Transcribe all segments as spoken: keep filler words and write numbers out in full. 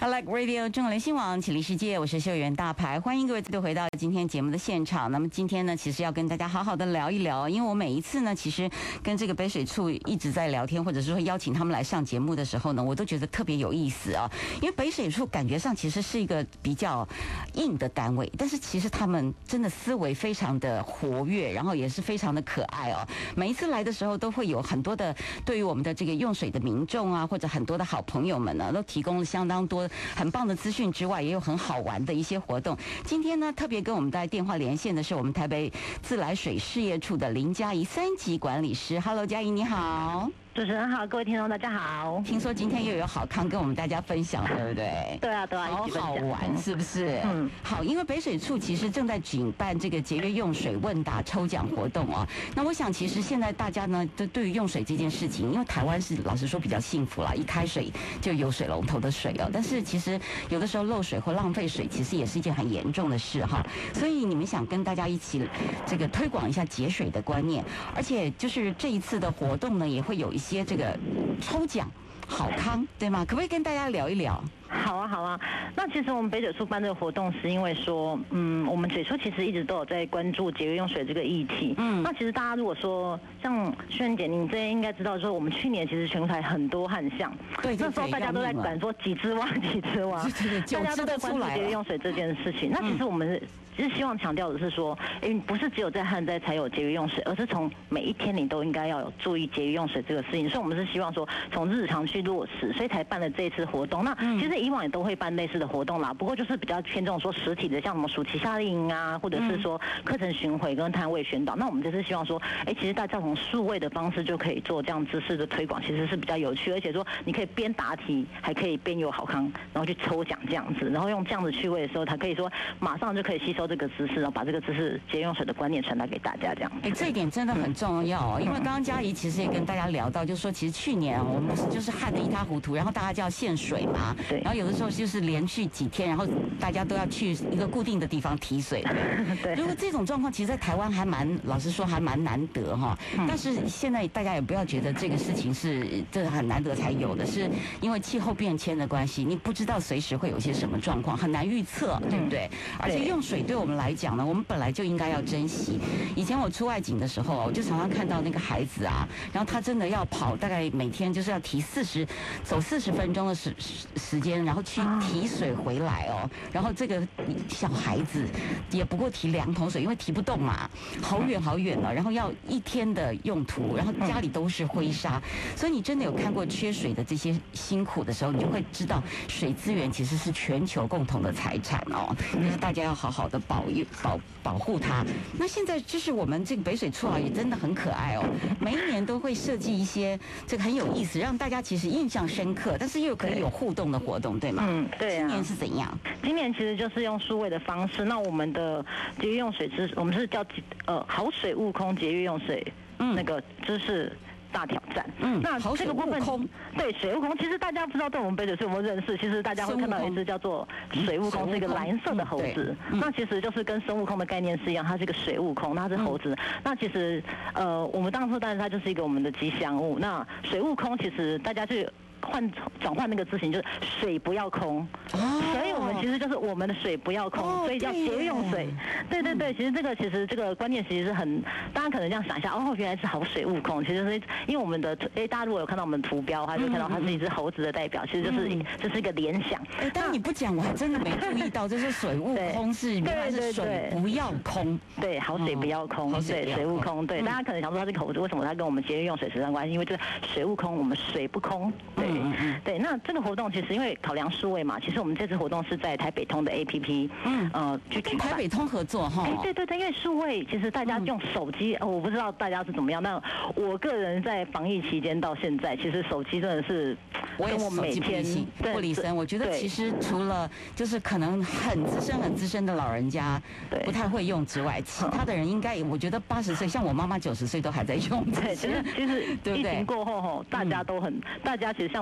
I Like Radio 中国联新网，启力世界，我是秀媛大牌，欢迎各位再度回到今天节目的现场。那么今天呢，其实要跟大家好好的聊一聊，因为我每一次呢，其实跟这个北水处一直在聊天，或者是说邀请他们来上节目的时候呢，我都觉得特别有意思啊。因为北水处感觉上其实是一个比较硬的单位，但是其实他们真的思维非常的活跃，然后也是非常的可爱哦。每一次来的时候，都会有很多的对于我们的这个用水的民众啊，或者很多的好朋友们呢，都提供了相当多很棒的资讯之外，也有很好玩的一些活动。今天呢，特别跟我们在电话连线的是我们台北自来水事业处的林嘉怡三级管理师。Hello， 嘉怡你好。 主持人好，各位听众大家好。 听说今天又有好康跟我们大家分享，对不对？ 对啊，对啊， 好好玩，是不是？ 嗯， 好，因为北水处其实正在举办这个节约用水问答抽奖活动哦。那我想，其实现在大家呢，都对于用水这件事情，因为台湾是老实说比较幸福啦，一开水就有水龙头的水哦。但是其实有的时候漏水或浪费水，其实也是一件很严重的事哈。所以你们想跟大家一起这个推广一下节水的观念，而且就是这一次的活动呢，也会有一些这个抽奖好康，对吗？可不可以跟大家聊一聊？ 好啊，好啊。那其实我们北水处办这个活动，是因为说，嗯，我们水处其实一直都有在关注节约用水这个议题。嗯，那其实大家如果说像轩媛姐，你这应该知道，说我们去年其实全台很多旱象， 对， 那时候大家都在管说几只蛙几只蛙，大家都在关注节约用水这件事情。那其实我们其实希望强调的是说，哎，不是只有在旱灾才有节约用水，而是从每一天你都应该要有注意节约用水这个事情。所以我们是希望说从日常去落实，所以才办了这一次活动。那其实以往也都会办类似的活动啦，不过就是比较偏重说实体的，像什么暑期夏令营啊，或者是说课程巡回跟摊位宣导。那我们就是希望说，哎，其实大家从数位的方式就可以做这样知识的推广，其实是比较有趣，而且说你可以边答题，还可以边有好康，然后去抽奖这样子，然后用这样的趣味的时候，它可以说马上就可以吸收这个知识，然后把这个知识节约用水的观念传达给大家这样。 哎，这一点真的很重要哦，因为刚刚嘉怡其实也跟大家聊到，就是说其实去年我们就是旱得一塌糊涂，然后大家就要限水嘛，对，然后有的时候就是连续几天，然后大家都要去一个固定的地方提水。对，如果这种状况，其实在台湾还蛮，老实说还蛮难得哈。但是现在大家也不要觉得这个事情是这很难得才有的，是因为气候变迁的关系，你不知道随时会有些什么状况，很难预测，对不对？而且用水对我们来讲呢，我们本来就应该要珍惜。以前我出外景的时候，我就常常看到那个孩子啊，然后他真的要跑，大概每天就是要提四十走四十分钟的时时间，然后去提水回来哦。然后这个小孩子也不过提两桶水，因为提不动嘛，好远好远了，然后要一天的用途，然后家里都是灰沙，所以你真的有看过缺水的这些辛苦的时候，你就会知道水资源其实是全球共同的财产哦，就是大家要好好的保育保保护它。那现在就是我们这个北水处啊，也真的很可爱哦，每一年都会设计一些这个很有意思，让大家其实印象深刻，但是又可以有互动的活动，对吗？ 嗯，对啊。 今年是怎样？ 今年其实就是用数位的方式，那我们的节约用水知识，我们是叫呃好水悟空节约用水，嗯，那个知识大挑战。嗯，那这个部分对水悟空，其实大家不知道对我们北水处有没有认识？其实大家会看到有一只叫做水悟空，是一个蓝色的猴子。嗯、那其实就是跟孙悟空的概念是一样，它是一个水悟空，它是猴子。嗯、那其实呃，我们当初当然它就是一个我们的吉祥物。那水悟空其实大家去换转换那个字形，就是水不要空。哦，所以我们其实就是我们的水不要空，哦、所以要节约用水。对对对，其实这个其实这个观念其实是很，大家可能这样想一下，哦，原来是好水悟空，其实是因为我们的，哎，大家如果有看到我们的图标的话，就看到它是一只猴子的代表，其实就是这是一个联想。 哎，但你不讲，我还真的没注意到，就是水悟空是原来是水不要空， 对，好水不要空，对，水悟空，对，大家可能想说它是个猴子，为什么它跟我们节约用水扯上关系？因为这个水悟空，我们水不空，对对。那这个活动其实因为考量数位嘛，其实我们这次活动是在台北通的 A P P， 嗯，呃，去举办。台北通合作哈。哎，对对对，因为数位其实大家用手机，我不知道大家是怎么样，但我个人在防疫期间到现在，其实手机真的是跟我每天不离身。我觉得其实除了就是可能很资深很资深的老人家不太会用之外，其他的人应该我觉得八十岁，像我妈妈九十岁都还在用。 对，其实其实疫情过后吼，大家都很，大家其实像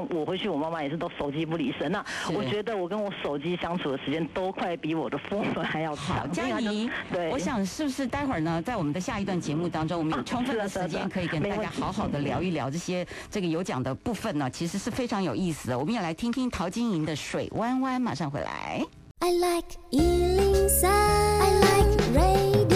像我回去，我妈妈也是都手机不离身。那我觉得我跟我手机相处的时间都快比我的父母还要长。 嘉怡，对，我想是不是待会儿呢，在我们的下一段节目当中，我们有充分的时间可以跟大家好好的聊一聊这些这个有奖的部分呢，其实是非常有意思的。我们也来听听陶晶莹的《水弯弯》，马上回来。I like 一零三 I like radio。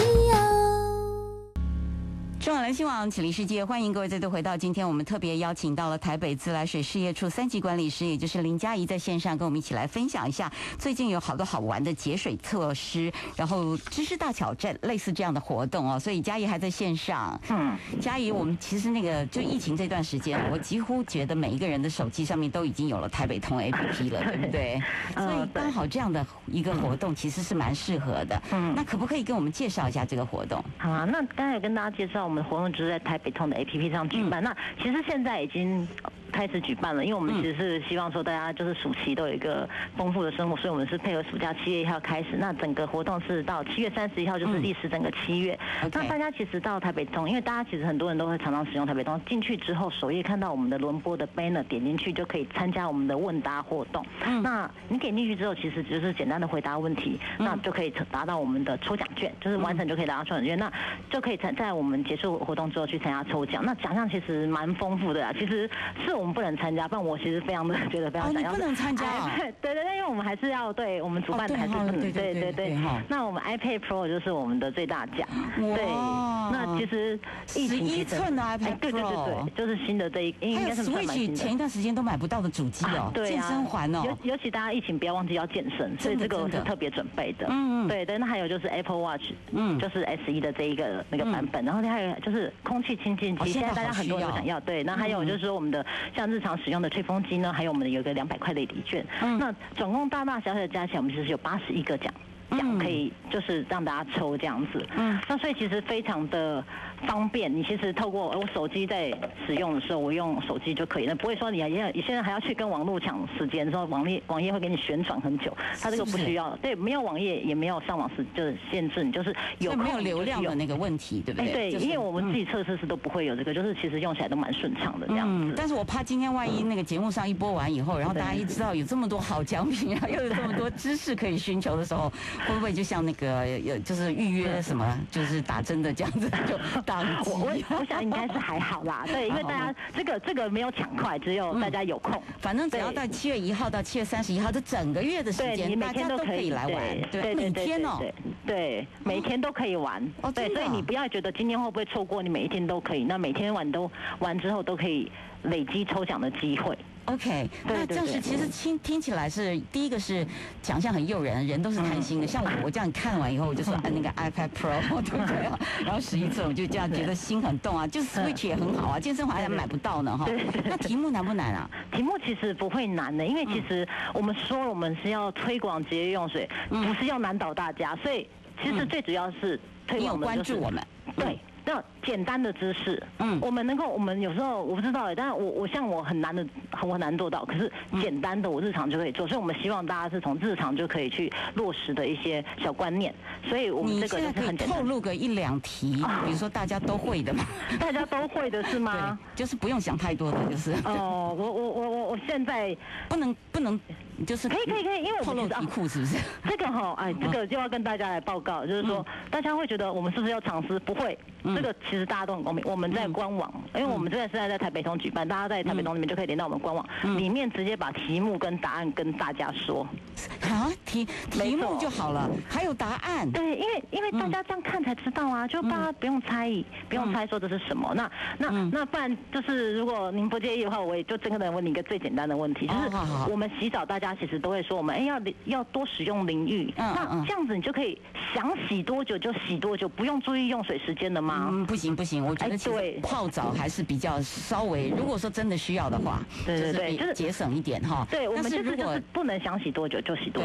中广联新网启力世界，欢迎各位再度回到今天我们特别邀请到了台北自来水事业处三级管理师，也就是林嘉怡，在线上跟我们一起来分享一下最近有好多好玩的节水措施，然后知识大挑战类似这样的活动哦。所以嘉怡还在线上。嗯，嘉怡，我们其实那个就疫情这段时间，我几乎觉得每一个人的手机上面都已经有了台北通 A P P 了，对不对？所以刚好这样的一个活动其实是蛮适合的。嗯，那可不可以跟我们介绍一下这个活动？ 好啊，那刚才有跟大家介绍我们。活动就是在台北通的 A P P 上举办。嗯、那其实现在已经开始举办了，因为我们其实是希望说大家就是暑期都有一个丰富的生活，所以我们是配合暑假七月一号开始。那整个活动是到七月三十一号，就是历时整个七月。嗯、那大家其实到台北通，因为大家其实很多人都会常常使用台北通，进去之后首页看到我们的轮播的 banner， 点进去就可以参加我们的问答活动。嗯、那你点进去之后，其实就是简单的回答问题，嗯、那就可以达到我们的抽奖券，就是完成就可以拿到抽奖券，那就可以在在我们结束活动之后去参加抽奖。那奖项其实蛮丰富的啦，其实是我们不能参加，不然我其实非常的觉得非常想要。 哦，你不能参加啊？ 对对对，因为我们还是要对我们主办的还是不能。对对对对。那我们 iPad Pro 就是我们的最大奖。对。那其实疫情十一寸的 iPad Pro。 对对对对，就是新的这一，应该是算蛮新的。 前一段时间都买不到的主机哦。对啊。健身环哦。 尤尤其大家疫情不要忘记要健身，所以这个我是特别准备的。嗯嗯。对对，那还有就是 Apple Watch， 嗯，就是 S 一的这一个那个版本，然后还有就是空气清净机，现在大家很多人都想要。对，那还有就是说我们的像日常使用的吹风机呢，还有我们有个两百块的礼券。嗯，那总共大大小小的加起来，我们其实有八十一个奖。奖可以就是让大家抽这样子，嗯，那所以其实非常的方便。你其实透过我手机在使用的时候，我用手机就可以，那不会说你还你现在还要去跟网络抢时间，之后网页网页会给你旋转很久，它这个不需要，对，没有网页也没有上网时就是限制，你就是有没有流量的那个问题，对不对？ 对，因为我们自己测试是都不会有这个，就是其实用起来都蛮顺畅的这样子。 但是我怕今天万一那个节目上一播完以后，然后大家一知道有这么多好奖品，然后又有这么多知识可以寻求的时候，会不会就像那个？个有就是预约什么，就是打针的这样子就当机。 我我想应该是还好啦，对，因为大家这个这个没有抢快，只有大家有空。 反正只要到七月一号到七月三十一号这整个月的时间，大家都可以来玩，对，每天哦， 对，每天都可以玩。哦，对，所以你不要觉得今天会不会错过，你每一天都可以，那每天玩都玩之后都可以累积抽奖的机会。 OK， 那这样是其实听听起来是第一个是奖项很诱人，人都是贪心的。像我，我这样看完以后，我就说按那个 iPad Pro， 对不对？然后十一寸，我就这样觉得心很动啊。就 Switch 也很好啊，健身环还买不到呢哈。那题目难不难啊？ 题目其实不会难的，因为其实我们说了我们是要推广节约用水，不是要难倒大家，所以其实最主要是推广我们， 关注我们， 对。那简单的知识，嗯，我们能够，我们有时候我不知道哎，但是我我像我很难的，我很难做到，可是简单的我日常就可以做，所以我们希望大家是从日常就可以去落实的一些小观念，所以我们这个就是很简单。 透露个一两题，比如说大家都会的嘛， 大家都会的是吗？ 对，就是不用想太多的，就是。 哦，我我我我我现在不能不能。就是可以可以可以，因为我们题库是不是？ 这个哈，哎，这个就要跟大家来报告，就是说，大家会觉得我们是不是要尝试？不会，这个其实大家都很公平。我们在官网，因为我们这个现在在台北通举办，大家在台北通里面就可以连到我们官网，里面直接把题目跟答案跟大家说。 啊，题题目就好了，还有答案。 对，因为因为大家这样看才知道啊，就大家不用猜疑，不用猜说这是什么。那那那不然就是如果您不介意的话，我也就真的问你一个最简单的问题，就是我们洗澡大家。其实都会说我们哎要要多使用淋浴，嗯、那这样子你就可以想洗多久就洗多久，不用注意用水时间的吗？ 嗯，不行不行，我觉得其实泡澡还是比较稍微，如果说真的需要的话，对对对，就是节省一点哈。 对，我们就是就是不能想洗多久就洗多久，因为还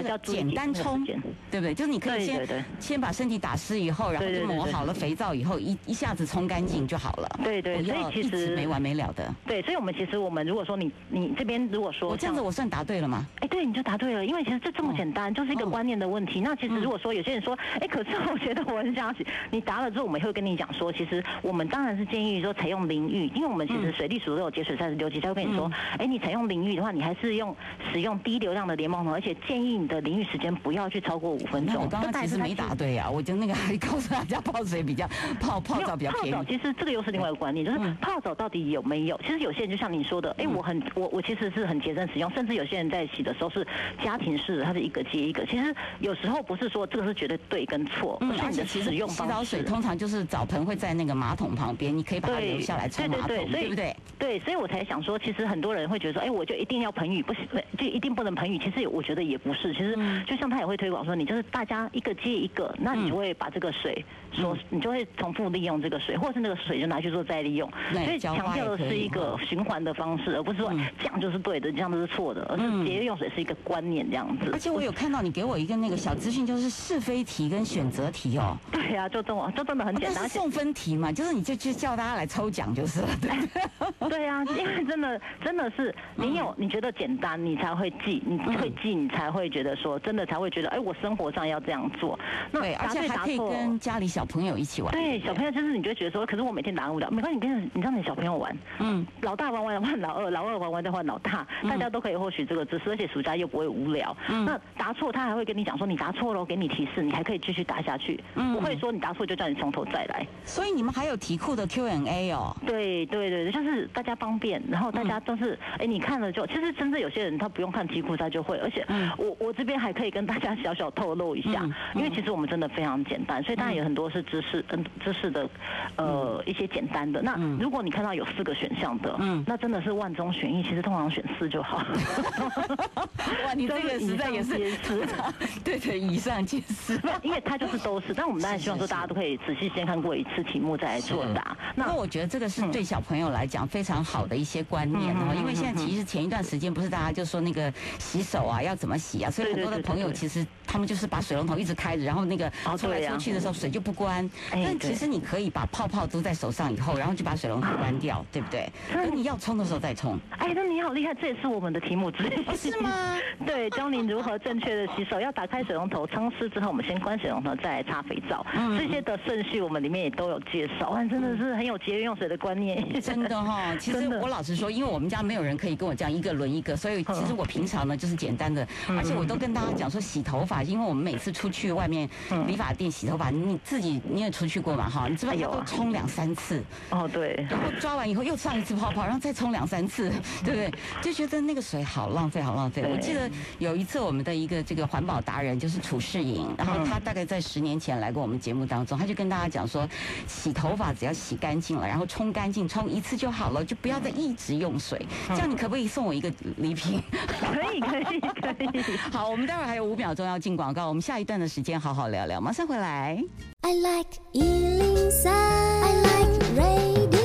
个简单冲，对不对？就是你可以先先把身体打湿以后，然后就抹好了肥皂以后，一一下子冲干净就好了。 对对，所以其实没完没了的。 对，所以我们其实我们如果说你你这边如果说我这样子我算答对了吗？ 哎，对，你就答对了，因为其实这这么简单，就是一个观念的问题。那其实如果说有些人说，哎，可是我觉得我很想洗，你答了之后，我们会跟你讲说，其实我们当然是建议说采用淋浴，因为我们其实水利署都有节水三十六计，他会跟你说，哎，你采用淋浴的话，你还是用使用低流量的莲蓬头，而且建议你的淋浴时间不要去超过五分钟。 我刚刚其实没答对啊，我就那个还告诉大家泡水比较泡泡澡比较便宜。 泡澡其实这个又是另外一个观念，就是泡澡到底有没有？其实有些人就像你说的，哎，我很我我其实是很节省使用，甚至有些人在洗的时候是家庭式的，它是一个接一个。其实有时候不是说这个是绝对对跟错， 嗯，而且其实洗澡水通常就是澡盆会在那个马桶旁边，你可以把它留下来冲马桶，对不对？ 对，所以我才想说，其实很多人会觉得说，哎，我就一定要盆浴，不行，就一定不能盆浴。其实我觉得也不是，其实就像他也会推广说，你就是大家一个接一个，那你就会把这个水说，你就会重复利用这个水，或者是那个水就拿去做再利用。所以强调的是一个循环的方式，而不是说这样就是对的，这样就是错的，而是节约用水是一个观念这样子。 而且我有看到你给我一个那个小资讯，就是是非题跟选择题哦。 对呀、啊，就这么就真的很简单。 是送分题嘛，就是你就去叫大家来抽奖就是了。 对对呀、啊，因为真的真的是你有你觉得简单，你才会记，你会记，你才会觉得说真的才会觉得，哎，我生活上要这样做。 那对，而且还可以跟家里小朋友一起玩。 对，小朋友就是你就会觉得说，可是我每天打无聊，没关系，你跟你让你小朋友玩，嗯，老大玩完换老二，老二玩完再换老大，大家都可以获取这个知识，而且暑假又不会无聊。嗯，那答错他还会跟你讲说你答错了，给你提示，你还可以继续答下去，不会说你答错就叫你从头再来。 所以你们还有题库的 Q and A 哦？ 对对对，就是大家方便，然后大家都是，哎，你看了就，其实真的有些人他不用看题库他就会，而且我我这边还可以跟大家小小透露一下，因为其实我们真的非常简单，所以当然有很多是知识嗯知识的呃一些简单的。那如果你看到有四个选项的，嗯，那真的是万中选一，其实通常选四就好。 哇，你这个实在也是对对，以上皆是， 因为它就是都是，但我们当然希望说大家都可以仔细先看过一次题目再来作答。 那我觉得这个是对小朋友来讲非常好的一些观念哦，因为现在其实前一段时间不是大家就说那个洗手啊要怎么洗啊，所以很多的朋友其实他们就是把水龙头一直开着，然后那个出来出去的时候水就不关。但其实你可以把泡泡都在手上以后，然后就把水龙头关掉，对不对？等你要冲的时候再冲。 哎，那你好厉害，这也是我们的题目之一。 是吗？ 对，教您如何正确的洗手。要打开水龙头，冲湿之后，我们先关水龙头，再来擦肥皂。嗯，这些的顺序我们里面也都有介绍。哇，真的是很有节约用水的观念。 真的哈、哦，其实我老实说，因为我们家没有人可以跟我这样一个轮一个，所以其实我平常呢就是简单的，而且我都跟大家讲说洗头发，因为我们每次出去外面理发店洗头发，你自己你也出去过嘛哈，你知不知道都冲两三次？ 哦，对。 然后抓完以后又上一次泡泡，然后再冲两三次，对不对？就觉得那个水好浪费，好浪费。我记得有一次我们的一个这个环保达人就是楚世颖，然后他大概在十年前来过我们节目当中，他就跟大家讲说，洗头发只要洗干净了，然后冲干净，冲一次就好了，就不要再一直用水。这样你可不可以送我一个礼品？ 可以，可以，可以。 好，我们待会儿还有五秒钟要进广告，我们下一段的时间好好聊聊，马上回来。I like 一零三 I like radio。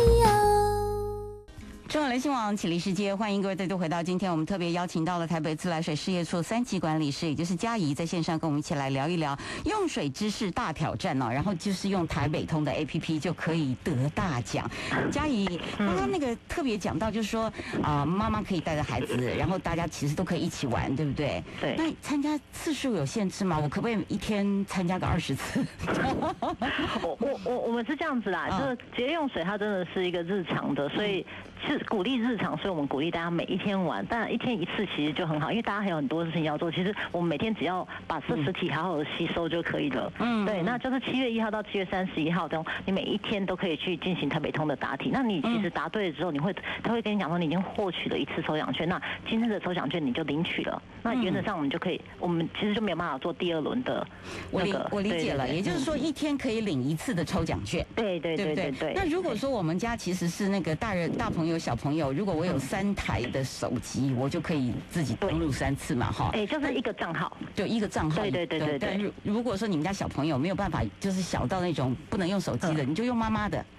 中央联新网启立世界，欢迎各位再度回到今天我们特别邀请到了台北自来水事业处三级管理师，也就是嘉怡，在线上跟我们一起来聊一聊用水知识大挑战哦。然后就是用台北通的 A P P 就可以得大奖。嘉怡刚刚那个特别讲到，就是说啊、呃，妈妈可以带着孩子，然后大家其实都可以一起玩，对不对？ 对。 那参加次数有限制吗？我可不可以一天参加个二十次？ 我我我我们是这样子啦，嗯、就是节约用水，它真的是一个日常的，所以。是鼓励日常，所以我们鼓励大家每一天玩，但一天一次其实就很好，因为大家还有很多事情要做。其实我们每天只要把这实体好好的吸收就可以了。嗯，对，那就是七月一号到七月三十一号中，你每一天都可以去进行台北通的答题。那你其实答对了之后，你会他会跟你讲说你已经获取了一次抽奖券，那今天的抽奖券你就领取了。那原则上我们就可以，我们其实就没有办法做第二轮的、那個。 我理我理解了，也就是说一天可以领一次的抽奖券。 对对对对对。 那如果说我们家其实是那个大人大朋友小朋友，如果我有三台的手机，我就可以自己登录三次嘛，哈。 哎，就是一个账号， 对，一个账号。 对对对对对。 但如如果说你们家小朋友没有办法，就是小到那种不能用手机的，你就用妈妈的。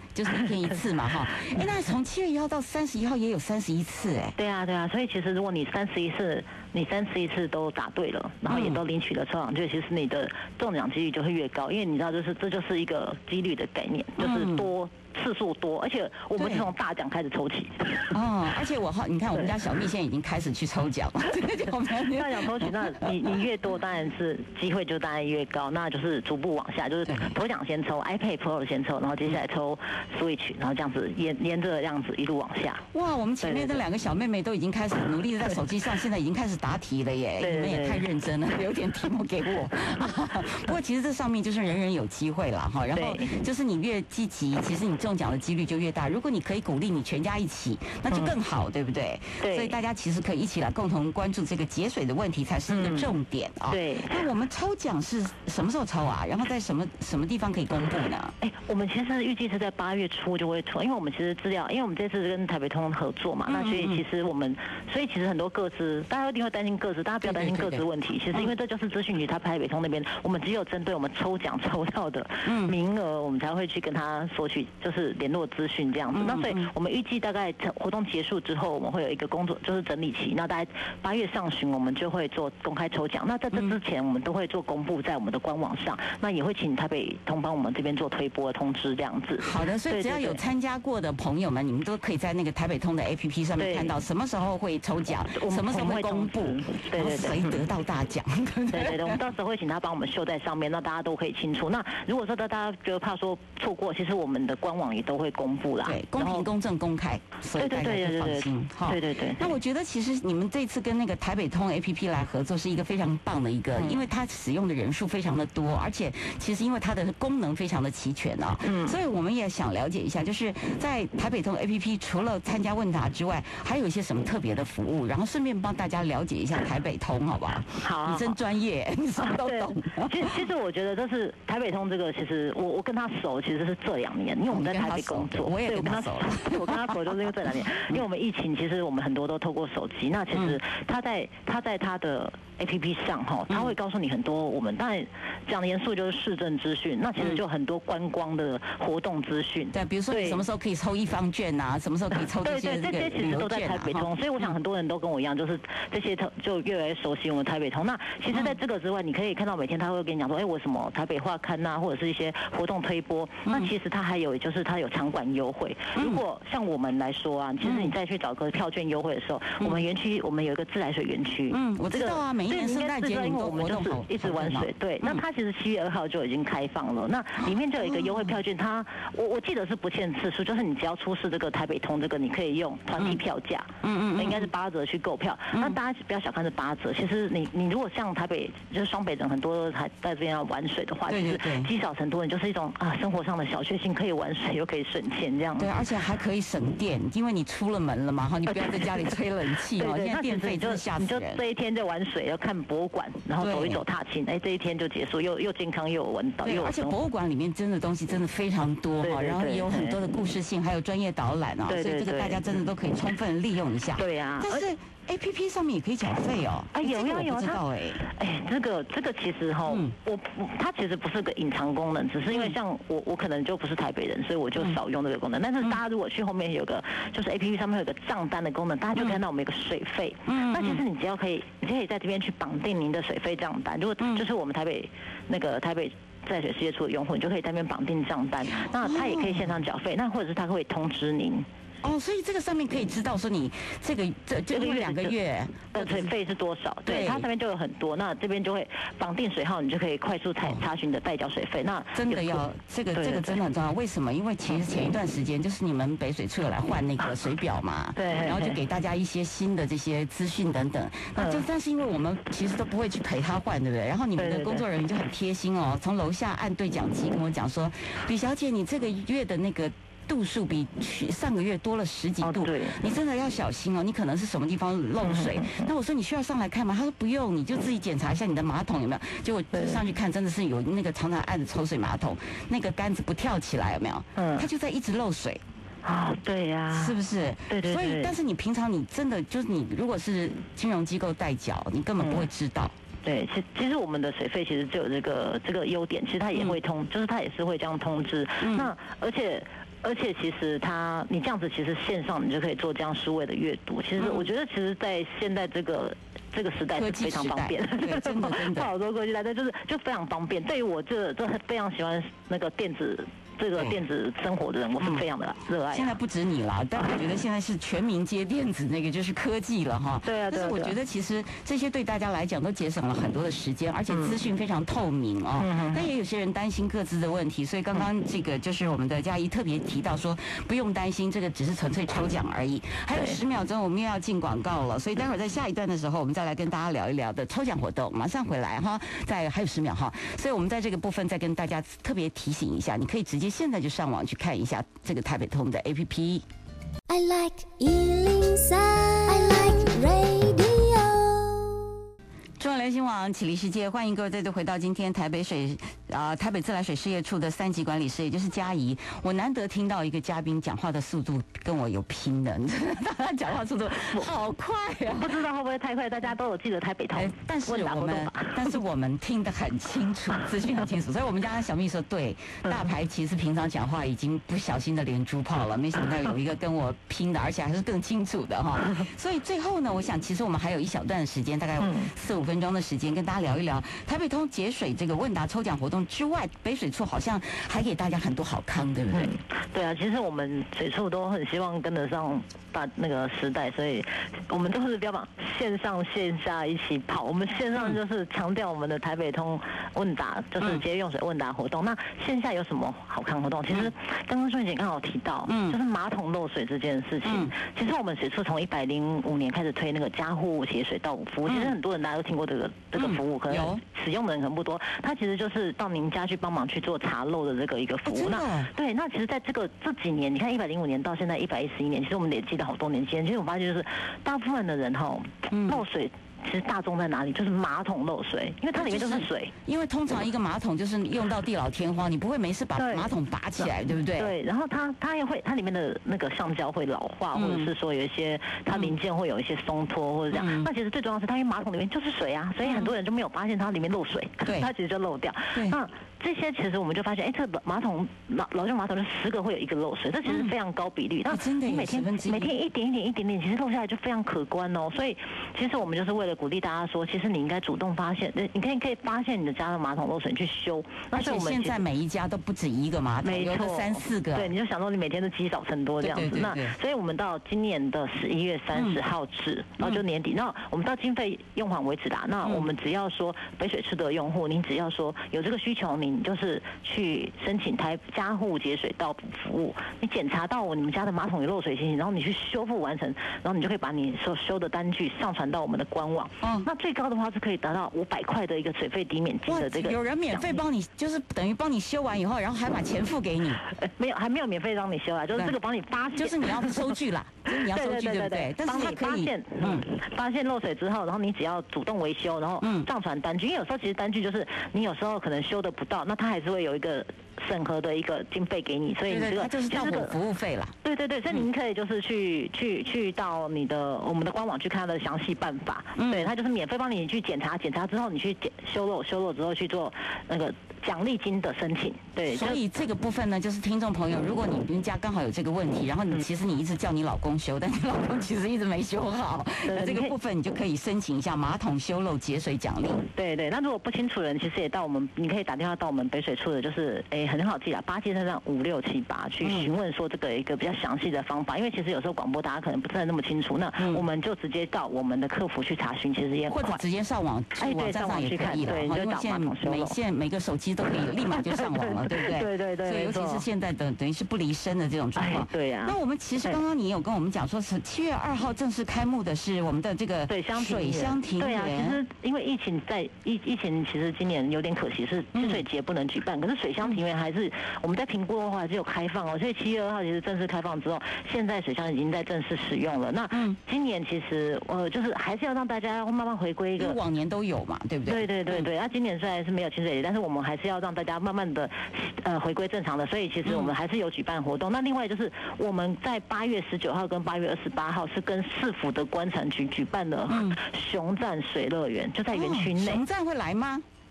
就是一天一次嘛哈。哎，那从七月一号到三十一号也有三十一次哎。 对啊对啊，所以其实如果你三十一次，你三十一次都答对了，然后也都领取了抽奖券，其实你的中奖几率就会越高，因为你知道，就是这就是一个几率的概念，就是多。次数多，而且我们是从大奖开始抽起。 哦，而且我好，你看我们家小蜜现在已经开始去抽奖了。 大奖抽起，那你你越多，当然是机会就当然越高。那就是逐步往下，就是头奖先抽 iPad Pro 先抽，然后接下来抽 Switch， 然后这样子沿沿着这样子一路往下。 哇，我们前面这两个小妹妹都已经开始努力的在手机上，现在已经开始答题了耶！你们也太认真了，留点题目给我。不过其实这上面就是人人有机会了哈，然后就是你越积极，其实你中奖的几率就越大。如果你可以鼓励你全家一起，那就更好，嗯、对不对？ 对。 所以大家其实可以一起来共同关注这个节水的问题，才是一个重点啊、嗯。 对。 那我们抽奖是什么时候抽啊？然后在什么什么地方可以公布呢？ 哎，我们其实预计是在八月初就会抽，因为我们其实资料，因为我们这次跟台北通合作嘛，嗯、那所以其实我们，所以其实很多个资，大家一定会担心个资，大家不要担心个资问题。其实因为这就是资讯局，他台北通那边，我们只有针对我们抽奖抽到的名额，我们才会去跟他索取，就是联络资讯这样子。那所以我们预计大概活动结束之后，我们会有一个工作，就是整理期。那大概八月上旬，我们就会做公开抽奖。那在这之前，我们都会做公布在我们的官网上。那也会请台北通帮我们这边做推播的通知这样子。 好的，所以只要有参加过的朋友们，你们都可以在那个台北通的 A P P 上面看到什么时候会抽奖，什么时候会公布， 对对对， 谁得到大奖。 对对对，我们到时候会请他帮我们秀在上面，那大家都可以清楚。那如果说大家觉得怕说错过，其实我们的官网也都会公布啦。 对，公平、公正、公开，所以大家就放心。 哈，对对对。 那我觉得其实你们这次跟那个台北通 A P P 来合作是一个非常棒的一个，因为它使用的人数非常的多，而且其实因为它的功能非常的齐全啊，嗯，所以我们也想了解一下，就是在台北通 A P P 除了参加问答之外，还有一些什么特别的服务，然后顺便帮大家了解一下台北通，好不好？ 好， 你真专业，你什么都懂。 其实其实我觉得这是台北通这个，其实我我跟他熟其实是这两年，因为我们在台北工作， 我也跟他熟， 我跟他熟就是因为这两年，因为我们疫情，其实我们很多都透过手机，那其实他在他在他的 A P P 上哈，他会告诉你很多我们当然讲的严肃就是市政资讯，那其实就很多观光的活动资讯， 对，比如说你什么时候可以抽一方券啊，什么时候可以抽这些这个这些其实都在台北通，所以我想很多人都跟我一样，就是这些就越来越熟悉我们台北通。那其实在这个之外，你可以看到每天他会跟你讲说，哎，我什么台北画刊呐，或者是一些活动推播，那其实他还有就是他有场馆优惠。如果像我们来说啊，其实你再去找个票券优惠的时候，我们园区我们有一个自来水园区， 嗯，我知道啊，每一年圣诞节你们都活动一直玩水，对，那它其实七月二号就已经开放了，那里面就有一个优惠票券，它我我记得是不限次数，就是你只要出示这个台北通这个，你可以用团体票价，嗯嗯，应该是八折去购票。那大家不要小看这八折，其实你你如果像台北就是双北人很多还在这边要玩水的话，就是积少成多，你就是一种啊生活上的小确幸，可以玩水又可以省钱这样。 对，而且还可以省电，因为你出了门了嘛，哈，你不要在家里吹冷气哦，现在电费真的吓死人。 你就这一天就玩水，要看博物馆，然后走一走踏青，哎，这一天就结束，又又健康又有闻到，又而且博物馆里面真的东西真的非常多哈，然后也有很多的故事性，还有专业导览啊，所以这个大家真的都可以充分利用一下。 对呀， 但是 A P P 上面也可以缴费哦。 哎，有呀有啊， 他哎， 哎，这个这个其实哈，我它其实不是个隐藏功能，只是因为像我我可能就不是台北人，所以我就少用这个功能。但是大家如果去后面有个就是 A P P 上面有个账单的功能，大家就看到我们有个水费。嗯，那其实你只要可以，你可以在这边去绑定您的水费账单。如果就是我们台北那个台北自来水事业处的用户，你就可以在那边绑定账单。那他也可以线上缴费，那或者是他会通知您。 哦，所以这个上面可以知道说你这个这这个两个月的水费是多少？对，它上面就有很多，那这边就会绑定水号，你就可以快速查查询的代缴水费。那真的要这个这个真的很重要，为什么？因为其实前一段时间就是你们北水处有来换那个水表嘛， 对， 然后就给大家一些新的这些资讯等等。那就但是因为我们其实都不会去陪他换，对不对？然后你们的工作人员就很贴心哦，从楼下按对讲机跟我讲说，吕小姐，你这个月的那个度数比去上个月多了十几度， 对， 你真的要小心哦，你可能是什么地方漏水。那我说你需要上来看吗？他说不用，你就自己检查一下你的马桶有没有。结果上去看，真的是有那个常常按着抽水马桶，那个杆子不跳起来，有没有？嗯，它就在一直漏水。 啊，对呀， 是不是？ 对对。 所以，但是你平常你真的就是你，如果是金融机构代缴，你根本不会知道。 对，其其实我们的水费其实就有这个这个优点，其实它也会通，就是它也是会这样通知。那而且而且其实它，你这样子其实线上你就可以做这样数位的阅读。其实我觉得，其实，在现在这个这个时代是非常方便， 对，真的真的， 好多科技时代，但就是就非常方便。对于我这这非常喜欢那个电子。这个电子生活的人，我是非常的热爱、啊。 现在不止你了，但我觉得现在是全民皆电子，那个就是科技了哈。 对啊， 但是我觉得其实这些对大家来讲都节省了很多的时间，而且资讯非常透明哦。嗯、但也有些人担心各自的问题，所以刚刚这个就是我们的嘉怡特别提到说，不用担心，这个只是纯粹抽奖而已。还有十秒钟，我们又要进广告了，所以待会儿在下一段的时候，我们再来跟大家聊一聊的抽奖活动，马上回来哈。在还有十秒哈，所以我们在这个部分再跟大家特别提醒一下，你可以直接现在就上网去看一下这个台北通的 A P P。I like 一零三 I like radio。中央流行网启力世界，欢迎各位再度回到今天台北水啊、呃、台北自来水事业处的三级管理师，也就是嘉怡。我难得听到一个嘉宾讲话的速度跟我有拼的，他讲话速度好快啊！ 不知道会不会太快？大家都有记得台北通，哎、 但是我们但是我们听得很清楚，资讯很清楚，所以我们家小秘说对，大牌其实平常讲话已经不小心的连珠炮了，没想到有一个跟我拼的，而且还是更清楚的哈。所以最后呢，我想其实我们还有一小段时间，大概四五分钟的时间，跟大家聊一聊台北通节水这个问答抽奖活动之外，北水处好像还给大家很多好康，对不对？ 嗯、对啊，其实我们水处都很希望跟得上大那个时代，所以我们都是标榜线上线下一起跑。我们线上就是强调我们的台北通问答，就是节约用水问答活动。嗯、那线下有什么好康活动？其实刚刚顺姐刚好提到，嗯，就是马桶漏水这件事情。嗯、其实我们水处从一百零五年开始推那个家户节水到服务，嗯、其实很多人大家都听过这个。这个服务可能使用的人可能不多，它其实就是到您家去帮忙去做查漏的这个一个服务。 哦、 那对，那其实在这个这几年，你看一百零五年到现在一百一十一年，其实我们累积了好多年间，其实我发现就是大部分的人哈漏水。其实大众在哪里？就是马桶漏水，因为它里面都是水。 因为通常一个马桶就是用到地老天荒，你不会没事把马桶拔起来，对不对？ 对，然后它它也会，它里面的那个橡胶会老化，嗯、或者是说有一些它零件会有一些松脱或者这样。嗯、那其实最重要的是，它因为马桶里面就是水啊，所以很多人就没有发现它里面漏水， 对， 它其实就漏掉。那这些其实我们就发现，哎，这个马桶老老旧马桶就十个会有一个漏水，这其实非常高比率。 那、嗯、真的每天每天一点一点一点点，其实漏下来就非常可观哦。所以其实我们就是为了鼓励大家说，其实你应该主动发现，你可以可以发现你的家的马桶漏水，你去修。 而且现在每一家都不止一个马桶，有个三四个。 对，你就想说你每天都积少成多这样子。 对对对对那所以我们到今年的十一月三十号止，嗯、然后就年底，那我们到经费用完为止啦。那我们只要说北水处的用户，您只要说有这个需求，您就是去申请台家户节水到补服务，你检查到你们家的马桶有漏水情形，然后你去修复完成，然后你就可以把你所修的单据上传到我们的官网。嗯，那最高的话是可以达到五百块的一个水费抵免金的这个。 有人免费帮你，就是等于帮你修完以后，然后还把钱付给你。 呃，没有，还没有免费帮你修啊，就是这个帮你发现， 就是你要收据啦，就是你要收据，对不对？但是他可以，嗯，发现漏水之后，然后你只要主动维修，然后上传单据，因为有时候其实单据就是你有时候可能修的不到，那他还是会有一个审核的一个经费给你，所以你这个就是到补服务费啦。 对对对，所以您可以就是去去去到你的我们的官网去看它的详细办法，嗯、对，它就是免费帮你去检查，检查之后你去检修漏，修漏之后去做那个奖励金的申请。对， 所以这个部分呢，就是听众朋友，如果你们家刚好有这个问题，然后你其实你一直叫你老公修，但你老公其实一直没修好，那这个部分你就可以申请一下马桶修漏节水奖励。 对对，那如果不清楚的人，其实也到我们，你可以打电话到我们北水处的，就是诶很好记啊，八七三三五六七八去询问说这个一个比较详细的方法，因为其实有时候广播大家可能不是那么清楚，那我们就直接到我们的客服去查询，其实也或者直接上网， 哎对， 上网去看，对， 因为现在每现每个手机都可以立马就上网了，对不对？ 对对对， 所以尤其是现在的等于是不离身的这种状况， 对呀。 那我们其实刚刚你有跟我们讲说，是七月二号正式开幕的是我们的这个水乡水乡庭园。 对啊，其实因为疫情在疫疫情，其实今年有点可惜是清水节不能举办，可是水乡庭园还是我们在评估的话还是有开放哦，所以七月二号其实正式开放之后，现在水乡已经在正式使用了。那今年其实呃就是还是要让大家慢慢回归一个， 往年都有嘛，对不对？ 对对对对，那、嗯、今年虽然是没有清水节，但是我们还是要让大家慢慢的呃回归正常的，所以其实我们还是有举办活动。嗯、那另外就是我们在八月十九号跟八月二十八号是跟市府的观产局举办的熊赞水乐园，就在园区内。 熊赞会来吗？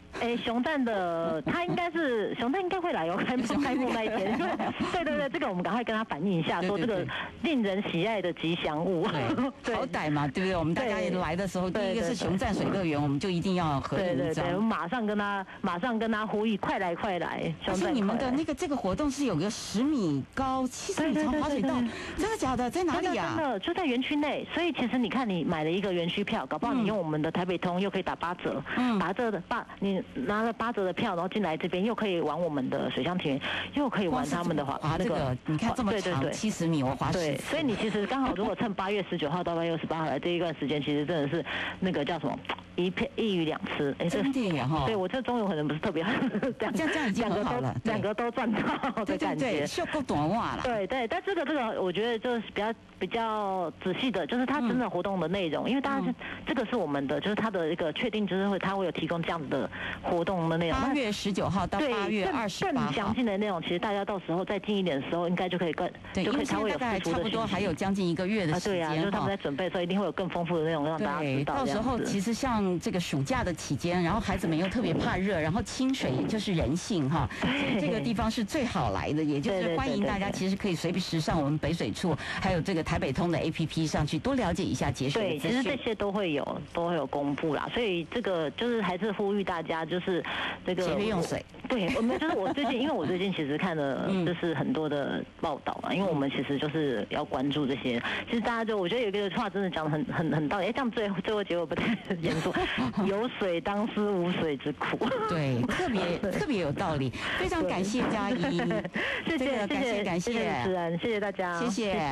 哎，熊赞的他应该是熊赞应该会来哦，开幕开幕那一天。对对对，这个我们赶快跟他反映一下，说这个令人喜爱的吉祥物。 对，好歹嘛，对不对？我们大家来的时候，第一个是熊赞水乐园，我们就一定要合影一张。 对对对，我们马上跟他马上跟他呼吁，快来快来！ 而且你们的那个这个活动是有个十米高、七十米长滑水道，真的假的？在哪里呀？ 真的就在园区内，所以其实你看，你买了一个园区票，搞不好你用我们的台北通又可以打八折，嗯，打折的八你。拿了八折的票，然后进来这边又可以玩我们的水上庭园，又可以玩他们的滑滑那个，你看这么长，七十米我滑十。 对，所以你其实刚好如果趁八月十九号到八月二十八号来这一段时间，其实真的是那个叫什么一片一鱼两吃。 哎，真的哈。 对我这中游可能不是特别好， 这样这样已经很好了， 两个都赚到的感觉。 秀够短袜了。 对对，但这个这个我觉得就是比较比较仔细的，就是它真的活动的内容，因为大家是这个是我们的，就是它的一个确定，就是会它会有提供这样子的活动的内容。 八月十九号到八月二十八号， 更详细的内容，其实大家到时候再近一点的时候，应该就可以更对， 就可以才会有大概差不多还有将近一个月的时间哈。对啊，就是他们在准备的时候，一定会有更丰富的内容让大家知道。 到时候其实像这个暑假的期间，然后孩子们又特别怕热，然后清水就是人性哈，这个地方是最好来的，也就是欢迎大家其实可以随时上我们北水处还有这个台北通的 A P P 上去多了解一下节水的资讯。 对，其实这些都会有都会有公布啦，所以这个就是还是呼吁大家就是这个节约用水。 对，我们就是我最近，因为我最近其实看了就是很多的报道嘛，因为我们其实就是要关注这些。其实大家就我觉得有一个话真的讲的很很很道理，哎，这样最最后结尾不太严肃，有水当思无水之苦。 对，特别特别有道理，非常感谢嘉怡， 谢谢谢谢感谢感谢主持人，谢谢大家， 谢谢。